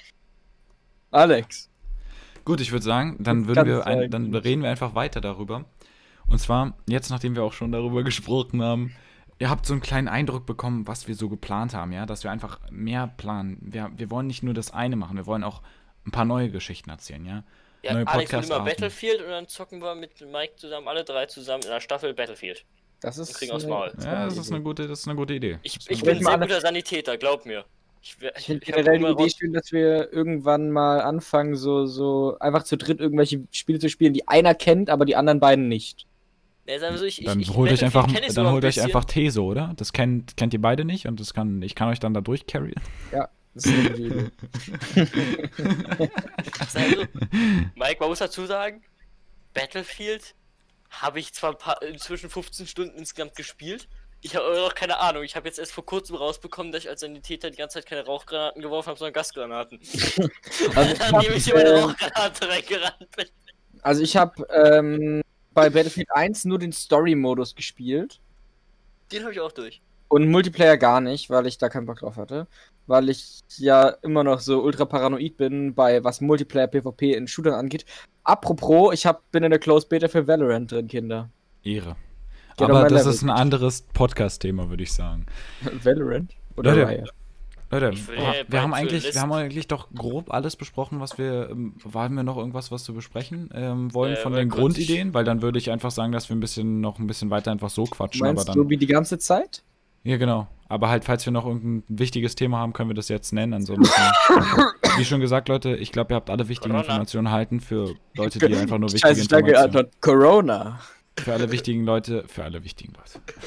Gut, ich würde sagen, dann reden wir einfach weiter darüber. Und zwar, jetzt nachdem wir auch schon darüber gesprochen haben, ihr habt so einen kleinen Eindruck bekommen, was wir so geplant haben, ja, dass wir einfach mehr planen. Wir wollen nicht nur das eine machen, wir wollen auch ein paar neue Geschichten erzählen, ja. Ja, Neue Alex will immer Podcast-Arten. Battlefield und dann zocken wir mit Mike zusammen, alle drei zusammen in der Staffel Battlefield. Das Und ist kriegen aufs Maul. Ja, das ist eine gute Idee. Ich Ich bin will ein mal sehr alle- guter Sanitäter, glaub mir. Ich finde generell die Idee schön, dass wir irgendwann mal anfangen, so einfach zu dritt irgendwelche Spiele zu spielen, die einer kennt, aber die anderen beiden nicht. Ja, sagen wir so, Dann holt euch einfach, kenn ich sogar ein bisschen. Teso, oder? Das kennt ihr beide nicht und ich kann euch dann da durchcarryen. Ja, das ist eine gute Idee. Sagen wir so, Mike, man muss dazu sagen, Battlefield habe ich zwar inzwischen 15 Stunden insgesamt gespielt, ich habe aber noch keine Ahnung. Ich habe jetzt erst vor kurzem rausbekommen, dass ich als Sanitäter die ganze Zeit keine Rauchgranaten geworfen habe, sondern Gasgranaten. Also Nachdem ich in meine Rauchgranate reingerannt bin. Also ich habe bei Battlefield 1 nur den Story-Modus gespielt Den habe ich auch durch. und Multiplayer gar nicht, weil ich da keinen Bock drauf hatte. Weil ich ja immer noch so ultra paranoid bin, bei was Multiplayer PvP in Shootern angeht. Apropos, bin in der Closed Beta für Valorant drin, Kinder. Ehre. Geht Aber um mein das Level. ist ein anderes Podcast-Thema, würde ich sagen. Valorant? Oder Leute, Riot? Leute, Ich will wir haben bald für eigentlich doch grob alles besprochen, was wir, haben wir noch irgendwas, was zu besprechen wollen von weil den kurz- Grundideen? Weil dann würde ich einfach sagen, dass wir noch ein bisschen weiter einfach so quatschen. Meinst aber dann, du wie die ganze Zeit? ja, genau. Aber halt, falls wir noch irgendein wichtiges Thema haben, können wir das jetzt nennen. Ansonsten, wie schon gesagt, Leute, ich glaube, ihr habt alle wichtigen Corona. Informationen erhalten für Leute, die einfach nur wichtige Scheiße, ich danke Informationen. Antwort. Corona. Für alle wichtigen Leute.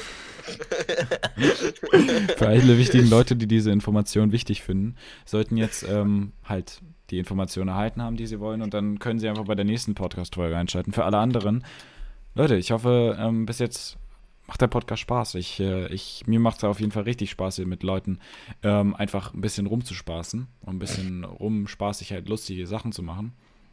Für alle wichtigen Leute, die diese Information wichtig finden, sollten jetzt halt die Informationen erhalten haben, die sie wollen, und dann können sie einfach bei der nächsten Podcast-Folge einschalten. Für alle anderen, Leute, ich hoffe, bis jetzt macht der Podcast Spaß. Mir macht es auf jeden Fall richtig Spaß, hier mit Leuten einfach ein bisschen rumzuspaßen und ein bisschen rumspaßig halt lustige Sachen zu machen.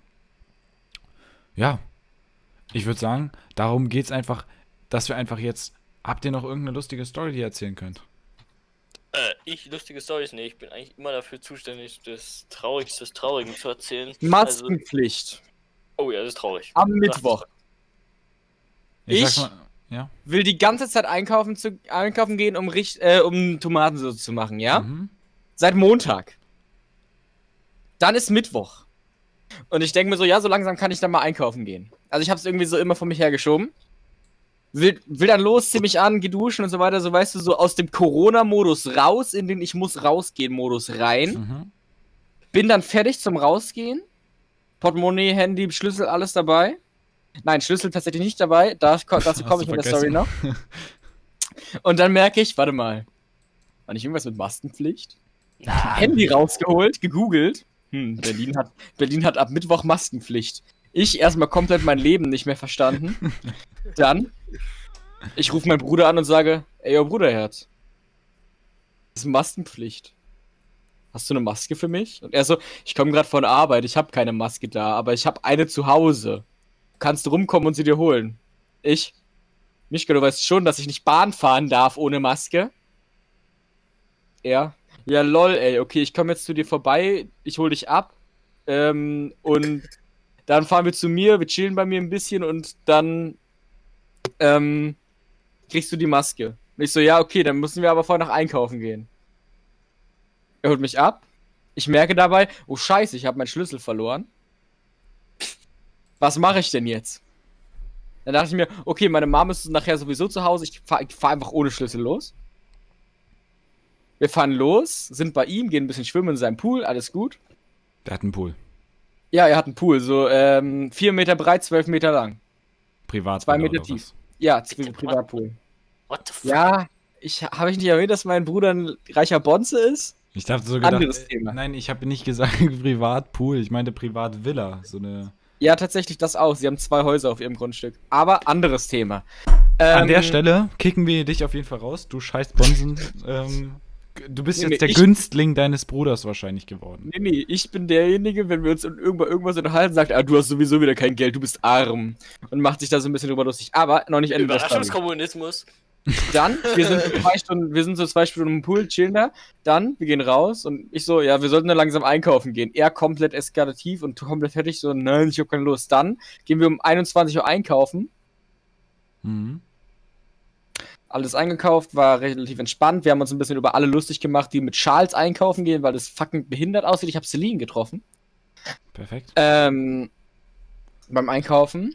Ja, ich würde sagen, darum geht es einfach, dass wir einfach jetzt, habt ihr noch irgendeine lustige Story, die ihr erzählen könnt? Lustige Storys, nee, ich bin eigentlich immer dafür zuständig, das Traurigste des Traurigen zu erzählen. Maskenpflicht. Oh ja, das ist traurig. Am Mittwoch. Ich sag mal, ja? will die ganze Zeit einkaufen gehen, um Tomatensauce zu machen, ja? Mhm. Seit Montag. Dann ist Mittwoch. Und ich denke mir so, ja, so langsam kann ich dann mal einkaufen gehen. Also ich habe es irgendwie so immer von mich hergeschoben. Will dann los, zieh mich an, geh duschen und so weiter, so weißt du, so aus dem Corona-Modus raus, in den ich muss rausgehen-Modus rein. Mhm. Bin dann fertig zum Rausgehen. Portemonnaie, Handy, Schlüssel, alles dabei. Nein, Schlüssel tatsächlich nicht dabei. Dazu komme ich in der Story noch. Und dann merke ich, warte mal. War nicht irgendwas mit Maskenpflicht? Handy rausgeholt, gegoogelt. Berlin hat ab Mittwoch Maskenpflicht. Ich erstmal komplett mein Leben nicht mehr verstanden. Dann, ich rufe meinen Bruder an und sage, ey, yo, Bruderherz. Das ist Maskenpflicht. Hast du eine Maske für mich? Und er so, ich komme gerade von Arbeit, ich habe keine Maske da, aber ich habe eine zu Hause. Kannst du rumkommen und sie dir holen? Mischka, du weißt schon, dass ich nicht Bahn fahren darf ohne Maske? Er, ja lol, ey, okay, ich komme jetzt zu dir vorbei, ich hol dich ab, und dann fahren wir zu mir, wir chillen bei mir ein bisschen und dann, kriegst du die Maske. Und ich so, ja, okay, dann müssen wir aber vorher noch einkaufen gehen. Er holt mich ab, ich merke dabei, oh scheiße, ich habe meinen Schlüssel verloren. Was mache ich denn jetzt? Dann dachte ich mir, okay, meine Mom ist nachher sowieso zu Hause, ich fahr einfach ohne Schlüssel los. Wir fahren los, sind bei ihm, gehen ein bisschen schwimmen in seinem Pool, alles gut. Der hat einen Pool. Ja, er hat einen Pool, so 4 Meter breit, 12 Meter lang. Privat. 2 Meter tief. Ja, Privatpool. What the fuck? Ja, habe ich nicht erwähnt, dass mein Bruder ein reicher Bonze ist? Ich dachte so gedacht, Anderes Thema. Nein, ich habe nicht gesagt Privatpool, ich meinte Privatvilla, so eine... Ja, tatsächlich das auch. Sie haben 2 Häuser auf ihrem Grundstück. Aber anderes Thema. An der Stelle kicken wir dich auf jeden Fall raus, du scheiß Bonsen. Du bist jetzt der Günstling deines Bruders wahrscheinlich geworden. Nee, ich bin derjenige, wenn wir uns über irgendwas unterhalten, sagt, du hast sowieso wieder kein Geld, du bist arm. Und macht sich da so ein bisschen drüber lustig. Aber noch nicht Ende der Story. Überraschungskommunismus. Dann, wir sind so 2 Stunden im Pool, chillen da. Dann, wir gehen raus und ich so, ja, wir sollten dann langsam einkaufen gehen. Er komplett eskalativ und komplett fertig, so, nein, ich hab keine Lust. Dann gehen wir um 21 Uhr einkaufen. Mhm. Alles eingekauft, war relativ entspannt. Wir haben uns ein bisschen über alle lustig gemacht, die mit Schals einkaufen gehen, weil das fucking behindert aussieht. Ich habe Celine getroffen. Perfekt. Beim Einkaufen.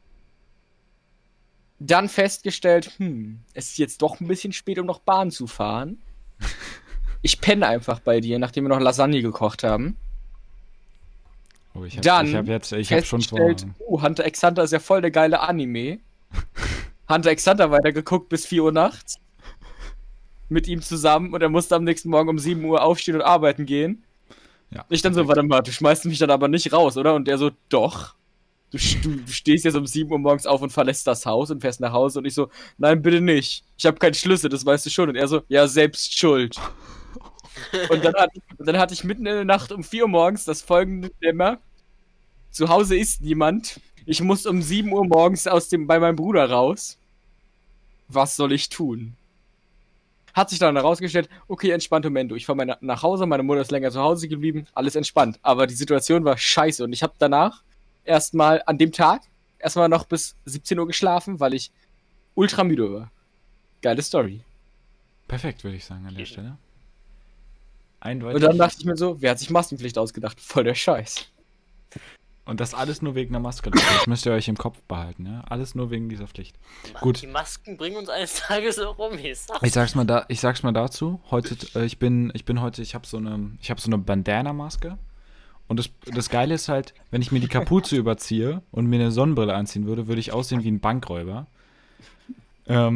Dann festgestellt, es ist jetzt doch ein bisschen spät, um noch Bahn zu fahren. Ich penne einfach bei dir, nachdem wir noch Lasagne gekocht haben. Oh, ich hab schon vor. Hunter x Hunter ist ja voll der geile Anime. Hunter x Hunter weitergeguckt bis 4 Uhr nachts. Mit ihm zusammen und er musste am nächsten Morgen um 7 Uhr aufstehen und arbeiten gehen. Ja, ich dann so, warte mal, du schmeißt mich dann aber nicht raus, oder? Und er so, doch. Du stehst jetzt um 7 Uhr morgens auf und verlässt das Haus und fährst nach Hause und ich so, nein, bitte nicht. Ich habe keinen Schlüssel, das weißt du schon. Und er so, ja, selbst schuld. Und dann hatte ich mitten in der Nacht um 4 Uhr morgens das folgende Dilemma. Zu Hause ist niemand. Ich muss um 7 Uhr morgens bei meinem Bruder raus. Was soll ich tun? Hat sich dann herausgestellt, okay, entspannt, Moment, ich fahre nach Hause, meine Mutter ist länger zu Hause geblieben, alles entspannt. Aber die Situation war scheiße und ich habe danach an dem Tag noch bis 17 Uhr geschlafen, weil ich ultra müde war. Geile Story. Perfekt, würde ich sagen, an der Stelle. Eindeutig. Und dann dachte ich mir so, wer hat sich Maskenpflicht ausgedacht? Voll der Scheiß. Und das alles nur wegen der Maske. Das müsst ihr euch im Kopf behalten, ja? Alles nur wegen dieser Pflicht. Mann, gut. Die Masken bringen uns eines Tages so rum. Ich sag's mal dazu. Heute, ich habe so eine Bandana-Maske. Und das Geile ist halt, wenn ich mir die Kapuze überziehe und mir eine Sonnenbrille anziehen würde, würde ich aussehen wie ein Bankräuber.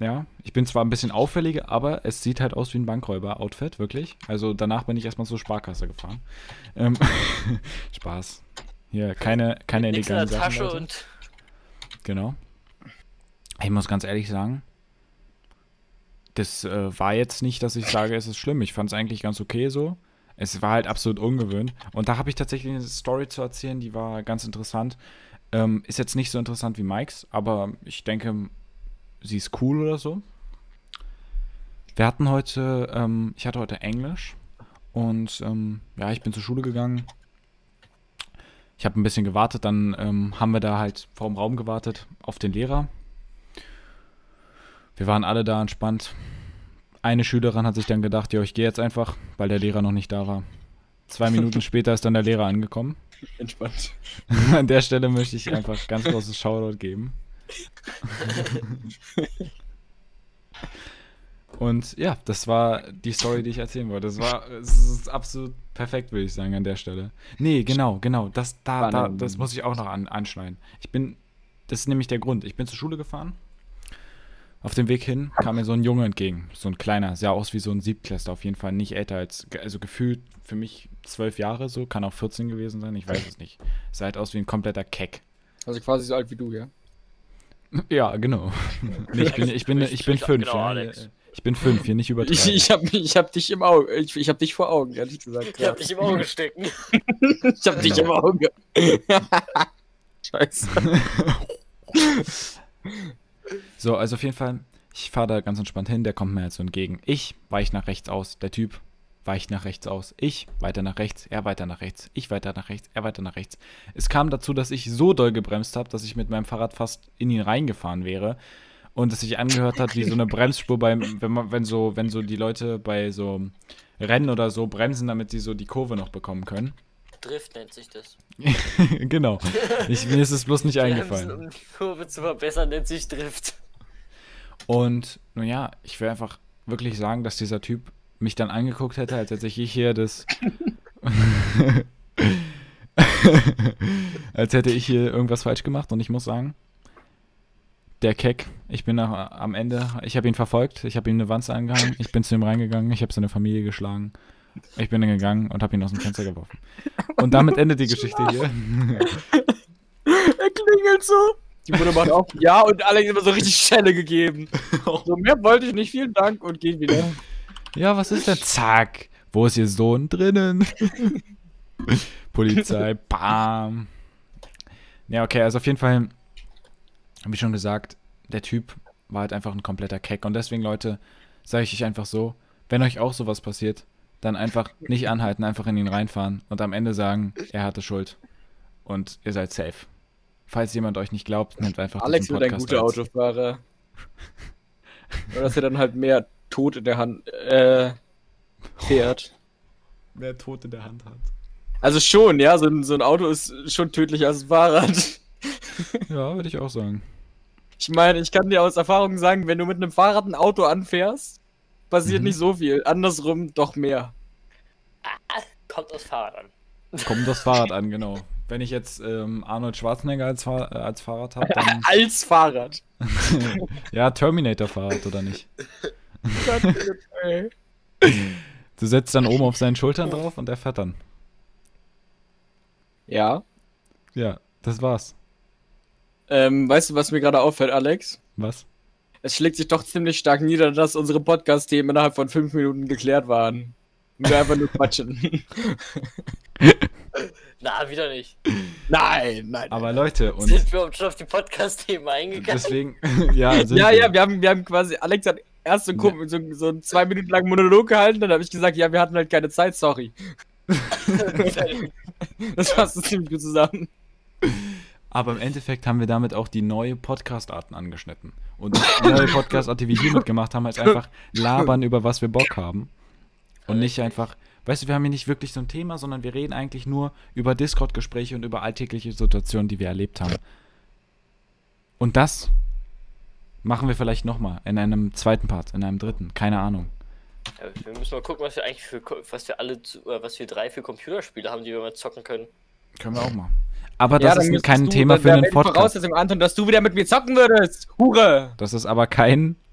Ja, ich bin zwar ein bisschen auffälliger, aber es sieht halt aus wie ein Bankräuber-Outfit, wirklich. Also danach bin ich erstmal zur Sparkasse gefahren. Ähm, Spaß. Hier, keine Nix in der illegalen Sachen. Tasche Leute. und Genau. Ich muss ganz ehrlich sagen, das war jetzt nicht, dass ich sage, es ist schlimm. Ich fand es eigentlich ganz okay so. Es war halt absolut ungewöhnt. Und da habe ich tatsächlich eine Story zu erzählen, die war ganz interessant. Ist jetzt nicht so interessant wie Mikes, aber ich denke, sie ist cool oder so. Wir hatten heute, ich hatte heute Englisch und ja, ich bin zur Schule gegangen. Ich habe ein bisschen gewartet, dann haben wir da halt vor dem Raum gewartet auf den Lehrer. Wir waren alle da entspannt. Eine Schülerin hat sich dann gedacht, ja, ich gehe jetzt einfach, weil der Lehrer noch nicht da war. 2 Minuten später ist dann der Lehrer angekommen. Entspannt. An der Stelle möchte ich einfach ganz großes Shoutout geben. Und ja, das war die Story, die ich erzählen wollte. Es ist absolut perfekt, würde ich sagen, an der Stelle. Nee, genau. Das muss ich auch noch anschneiden. Das ist nämlich der Grund. Ich bin zur Schule gefahren. Auf dem Weg hin kam mir so ein Junge entgegen. So ein kleiner, sah aus wie so ein Siebtklässler, auf jeden Fall nicht älter als, also gefühlt für mich 12 Jahre so, kann auch 14 gewesen sein, ich weiß es nicht. Sah halt aus wie ein kompletter Keck. Also quasi so alt wie du, ja? Ja, genau. Nee, ich bin 5. Genau, Ja. Alex. Ich bin 5, hier nicht übertreiben. Ich hab dich im Auge. Ich hab dich vor Augen, ehrlich gesagt. Ich hab dich im Auge stecken. Ich hab dich im Auge. Scheiße. So, also auf jeden Fall, ich fahre da ganz entspannt hin, der kommt mir halt so entgegen. Ich weiche nach rechts aus, der Typ weicht nach rechts aus. Ich weiter nach rechts, er weiter nach rechts, ich weiter nach rechts, er weiter nach rechts. Es kam dazu, dass ich so doll gebremst habe, dass ich mit meinem Fahrrad fast in ihn reingefahren wäre und es sich angehört hat wie so eine Bremsspur wenn so die Leute bei so Rennen oder so bremsen, damit sie so die Kurve noch bekommen können. Drift nennt sich das. Genau. Mir ist es bloß nicht eingefallen. Bremsen, um die Kurve zu verbessern, nennt sich Drift. Und nun ja, ich will einfach wirklich sagen, dass dieser Typ mich dann angeguckt hätte, als hätte ich hier das als hätte ich hier irgendwas falsch gemacht. Und ich muss sagen, der Keck, ich bin am Ende, ich habe ihn verfolgt, ich habe ihm eine Wanze angehangen, ich bin zu ihm reingegangen, ich habe seine Familie geschlagen. Ich bin dann gegangen und habe ihn aus dem Fenster geworfen. Und damit endet die Geschichte hier. Er klingelt so. Die Mutter macht auf, ja, und Alex immer so richtig Schelle gegeben. So, mehr wollte ich nicht, vielen Dank, und geht wieder. Ja, was ist denn? Zack. Wo ist Ihr Sohn? Drinnen. Polizei. Bam. Ja, okay, also auf jeden Fall, wie schon gesagt, der Typ war halt einfach ein kompletter Keck. Und deswegen, Leute, sage ich euch einfach so, wenn euch auch sowas passiert, dann einfach nicht anhalten, einfach in ihn reinfahren und am Ende sagen, er hatte Schuld. Und ihr seid safe. Falls jemand euch nicht glaubt, nehmt einfach Alex diesen wird ein Podcast guter als- Autofahrer. Oder dass er dann halt mehr Tod in der Hand fährt. Wer Tod in der Hand hat. Also schon, ja, so ein Auto ist schon tödlicher als ein Fahrrad. Ja, würde ich auch sagen. Ich meine, ich kann dir aus Erfahrung sagen, wenn du mit einem Fahrrad ein Auto anfährst, passiert nicht so viel. Andersrum doch mehr. Kommt aus Fahrrad an. Kommt das Fahrrad an, genau. Wenn ich jetzt Arnold Schwarzenegger als Fahrrad habe, dann Als Fahrrad. ja, Terminator-Fahrrad, oder nicht? Ey. Du setzt dann oben auf seinen Schultern drauf und er fährt dann. Ja. Ja, das war's. Weißt du, was mir gerade auffällt, Alex? Was? Es schlägt sich doch ziemlich stark nieder, dass unsere Podcast-Themen innerhalb von 5 Minuten geklärt waren. Und wir einfach nur quatschen. Na, wieder nicht. Nein. Aber Leute, und Sind wir überhaupt schon auf die Podcast-Themen eingegangen? deswegen, ja, sind Ja, wir. wir haben quasi, Alex hat erst so einen 2 Minuten langen Monolog gehalten, dann habe ich gesagt, ja, wir hatten halt keine Zeit, sorry. Das fasst es ziemlich gut zusammen. Aber im Endeffekt haben wir damit auch die neue Podcast-Arten angeschnitten. Und die neue Podcast-Art, die wir hiermit gemacht haben, ist einfach labern, über was wir Bock haben. Und nicht einfach, weißt du, wir haben hier nicht wirklich so ein Thema, sondern wir reden eigentlich nur über Discord-Gespräche und über alltägliche Situationen, die wir erlebt haben. Und das machen wir vielleicht nochmal in einem zweiten Part, in einem dritten, keine Ahnung. Ja, wir müssen mal gucken, was wir eigentlich was wir 3 für Computerspiele haben, die wir mal zocken können. Können wir auch mal. Aber das dann ist müsstest kein du- Thema dann für wäre einen die Podcast. Voraussetzung, Anton, dass du wieder mit mir zocken würdest. Hure! Das ist aber kein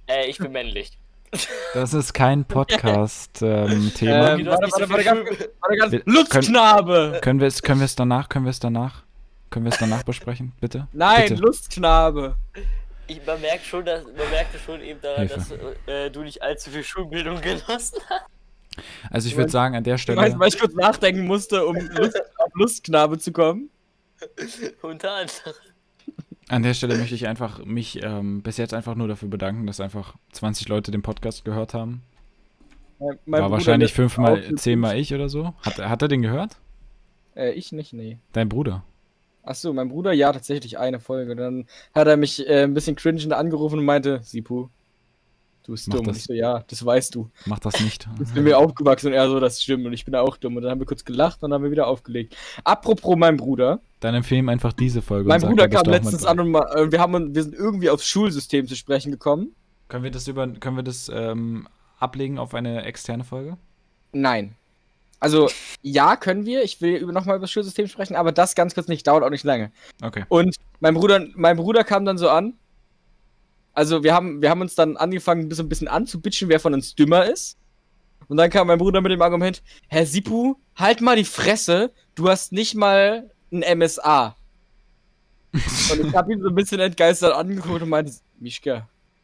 Ich bin männlich. Das ist kein Podcast-Thema. Warte, ganz. Wir- Lustknabe! Können wir es danach besprechen, bitte? Nein, Bitte. Lustknabe! Man merkte schon eben daran, Hilfe. dass du nicht allzu viel Schulbildung genossen hast. Also ich würde sagen, an der Du Stelle, meinst, weil ich kurz nachdenken musste, um auf Lustknabe zu kommen? Unter anderem. an der Stelle möchte ich einfach mich bis jetzt einfach nur dafür bedanken, dass einfach 20 Leute den Podcast gehört haben. Mein War Bruder wahrscheinlich lässt auch 10-mal ich oder so. Hat er den gehört? Ich nicht, nee. Dein Bruder. Achso, mein Bruder, ja, tatsächlich eine Folge. Dann hat er mich ein bisschen cringend angerufen und meinte, Sipu, du bist Mach dumm. das. Und ich so, ja, das weißt du. Mach das nicht. Ich bin mir aufgewachsen und er so, das stimmt und ich bin auch dumm. Und dann haben wir kurz gelacht und dann haben wir wieder aufgelegt. Apropos mein Bruder. Dann empfehle ihm einfach diese Folge. Mein und sag, Bruder da bist kam du auch mit letztens bei. an und wir sind irgendwie aufs Schulsystem zu sprechen gekommen. Können wir das ablegen auf eine externe Folge? Nein. Also, ja, können wir. Ich will nochmal über das Schulsystem sprechen, aber das ganz kurz nicht, dauert auch nicht lange. Okay. Und mein Bruder kam dann so an. Also, wir haben uns dann angefangen, so ein bisschen anzubitschen, wer von uns dümmer ist. Und dann kam mein Bruder mit dem Argument: Herr Sipu, halt mal die Fresse, du hast nicht mal ein MSA. Und ich hab ihn so ein bisschen entgeistert angeguckt und meinte: Mischka,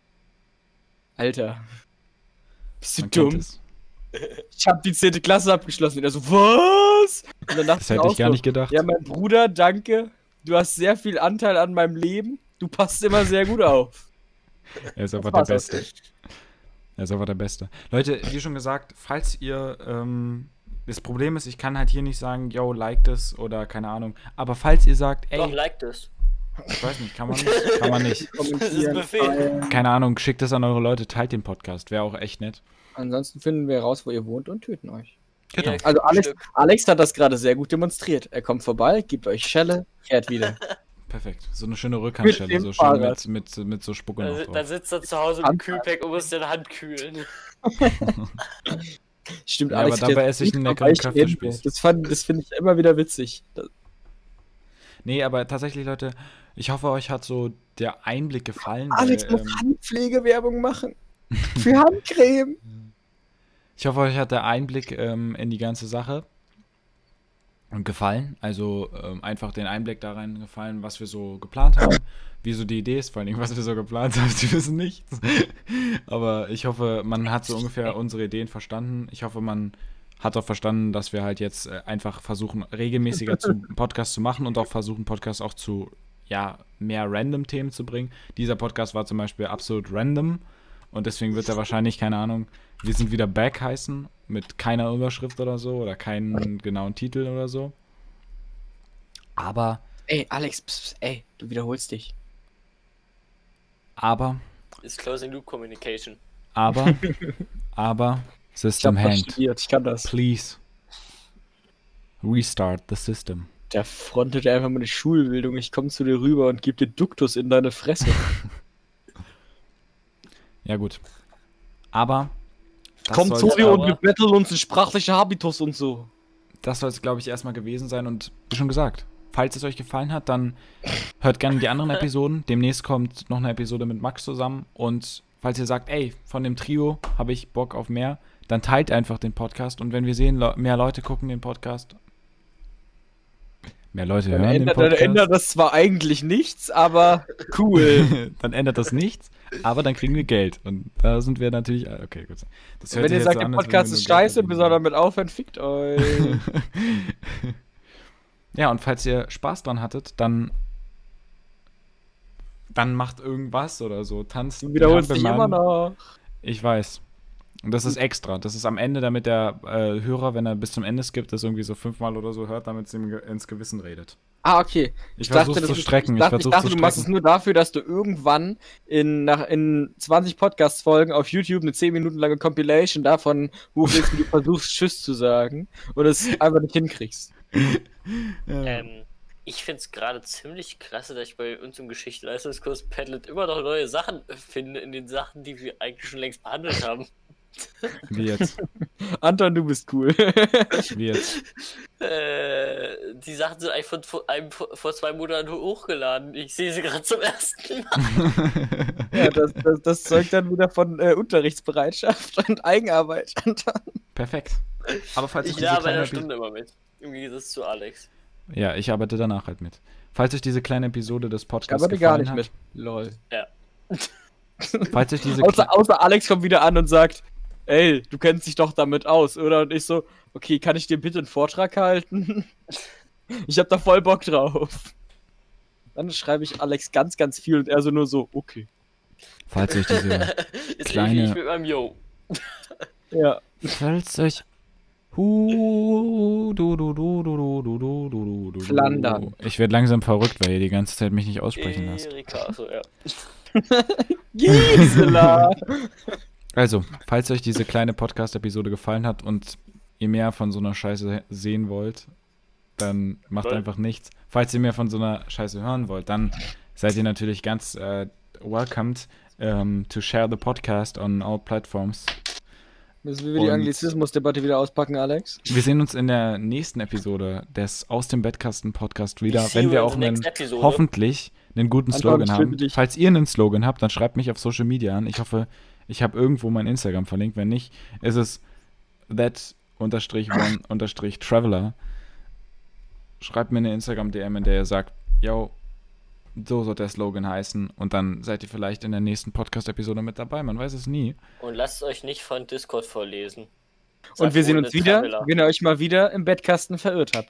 Alter, bist du Man kennt dumm? es. Ich hab die 10. Klasse abgeschlossen. Und er so, was? Und dann dachte Das mir hätte auch ich gar so, nicht gedacht. ja, mein Bruder, danke. Du hast sehr viel Anteil an meinem Leben. Du passt immer sehr gut auf. Er ist einfach war's der auch. Beste. Er ist einfach der Beste. Leute, wie schon gesagt, falls ihr, das Problem ist, ich kann halt hier nicht sagen, yo, like das oder keine Ahnung. Aber falls ihr sagt, Doch, ey, like das. ich weiß nicht, kann man nicht. Das ist ein Befehl. Keine Ahnung, schickt das an eure Leute, teilt den Podcast, wäre auch echt nett. Ansonsten finden wir raus, wo ihr wohnt und töten euch. Genau. Ja, Also Stück. Alex hat das gerade sehr gut demonstriert. Er kommt vorbei, gibt euch Schelle, kehrt wieder. Perfekt. So eine schöne Rückhandstelle, Mit dem so schön Fahrrad. mit so Spucke noch Dann drauf. sitzt er zu Hause im Kühlpack und muss seine Hand kühlen. Stimmt, Ja, Alex aber hat dabei jetzt esse ich einen nicht leckeren vorbei stehen. Kräftespieß. Das finde ich immer wieder witzig. Nee, aber tatsächlich, Leute, ich hoffe, euch hat so der Einblick gefallen. Alex weil, muss Handpflegewerbung machen. Für Handcreme. ich hoffe, euch hat der Einblick in die ganze Sache gefallen. Also einfach den Einblick da rein gefallen, was wir so geplant haben, wie so die Idee ist, vor allen Dingen, was wir so geplant haben, die wissen nichts. Aber ich hoffe, man hat so ungefähr unsere Ideen verstanden. Ich hoffe, man hat auch verstanden, dass wir halt jetzt einfach versuchen, regelmäßiger Podcast zu machen und auch versuchen, Podcasts auch zu, ja, mehr random Themen zu bringen. Dieser Podcast war zum Beispiel absolut random und deswegen wird er wahrscheinlich, keine Ahnung, wir sind wieder back heißen, mit keiner Überschrift oder so oder keinen genauen Titel oder so. Aber, Ey, Alex, ey, du wiederholst dich. Ist Closing Loop Communication. aber, Ich System hab das Hand, studiert, ich kann das. please restart the system. Der frontet einfach meine Schulbildung. Ich komme zu dir rüber und gebe dir Duktus in deine Fresse. Ja gut. Aber das Komm soll's zu dir und aber- wir betteln uns in sprachlicher Habitus und so. Das soll es, glaube ich, erstmal gewesen sein. Und wie schon gesagt, falls es euch gefallen hat, dann hört gerne die anderen Episoden. Demnächst kommt noch eine Episode mit Max zusammen. Und falls ihr sagt, ey, von dem Trio habe ich Bock auf mehr, dann teilt einfach den Podcast. Und wenn wir sehen, mehr Leute gucken den Podcast, mehr Leute Dann hören den ändert, Podcast, dann ändert das zwar eigentlich nichts, aber cool. dann ändert das nichts, aber dann kriegen wir Geld. Und da sind wir natürlich, okay, gut. Das hört Wenn sich ihr jetzt sagt, so der an, als Podcast würden wir ist nur Geld scheiße, wir verdienen. sollen damit aufhören, fickt euch. Ja, und falls ihr Spaß dran hattet, dann macht irgendwas oder so. Tanzt. Du wiederholst die dich Hampelmann. immer noch. Ich weiß. Und das ist extra. Das ist am Ende, damit der Hörer, wenn er bis zum Ende skippt, das irgendwie so 5-mal oder so hört, damit es ihm ins Gewissen redet. Ah, okay. Ich versuch's zu strecken. Ich dachte, du machst es nur dafür, dass du irgendwann in 20 Podcast-Folgen auf YouTube eine 10 Minuten lange Compilation davon hochlädst, wie du versuchst, Tschüss zu sagen und es einfach nicht hinkriegst. Ja. Ich find's gerade ziemlich klasse, dass ich bei uns im Geschichte-Leistungskurs Padlet immer noch neue Sachen finde in den Sachen, die wir eigentlich schon längst behandelt haben. Wie jetzt? Anton, du bist cool. Wie jetzt? Die Sachen sind eigentlich vor 2 Monaten hochgeladen. Ich sehe sie gerade zum ersten Mal. Ja, das zeugt dann wieder von Unterrichtsbereitschaft und Eigenarbeit, Anton. Perfekt. Aber falls Ich euch diese lerne bei kleine einer Stunde immer mit. Im Gegensatz zu Alex. Ja, ich arbeite danach halt mit. Falls euch diese kleine Episode des Ich Podcasts arbeite gar gefallen nicht hat, mit. Lol. Ja. falls euch diese Außer Alex kommt wieder an und sagt, ey, du kennst dich doch damit aus, oder? Und ich so, okay, kann ich dir bitte einen Vortrag halten? Ich hab da voll Bock drauf. Dann schreibe ich Alex ganz, ganz viel und er so nur so, okay. falls euch diese Ist Kleine- ähnlich mit meinem Yo. Ja. falls euch Flandern. Ich werde langsam verrückt, weil ihr die ganze Zeit mich nicht aussprechen lasst. Erika, achso, ja. Gisela! Also, falls euch diese kleine Podcast-Episode gefallen hat und ihr mehr von so einer Scheiße sehen wollt, dann macht Toll. einfach nichts. Falls ihr mehr von so einer Scheiße hören wollt, dann seid ihr natürlich ganz welcomed to share the podcast on all platforms. Müssen wir die Und- Anglizismusdebatte wieder auspacken, Alex? Wir sehen uns in der nächsten Episode des Aus dem Bettkasten Podcast wieder, See wenn you wir in auch the next episode. hoffentlich einen guten Anton, Slogan ich haben. töte dich. Falls ihr einen Slogan habt, dann schreibt mich auf Social Media an. Ich hoffe, ich habe irgendwo mein Instagram verlinkt. Wenn nicht, ist es that_one_traveler. Schreibt mir eine Instagram-DM, in der ihr sagt, yo, so soll der Slogan heißen. Und dann seid ihr vielleicht in der nächsten Podcast-Episode mit dabei. Man weiß es nie. Und lasst euch nicht von Discord vorlesen. Und wir sehen uns Sagt wieder, Traveler. wenn ihr euch mal wieder im Bettkasten verirrt habt.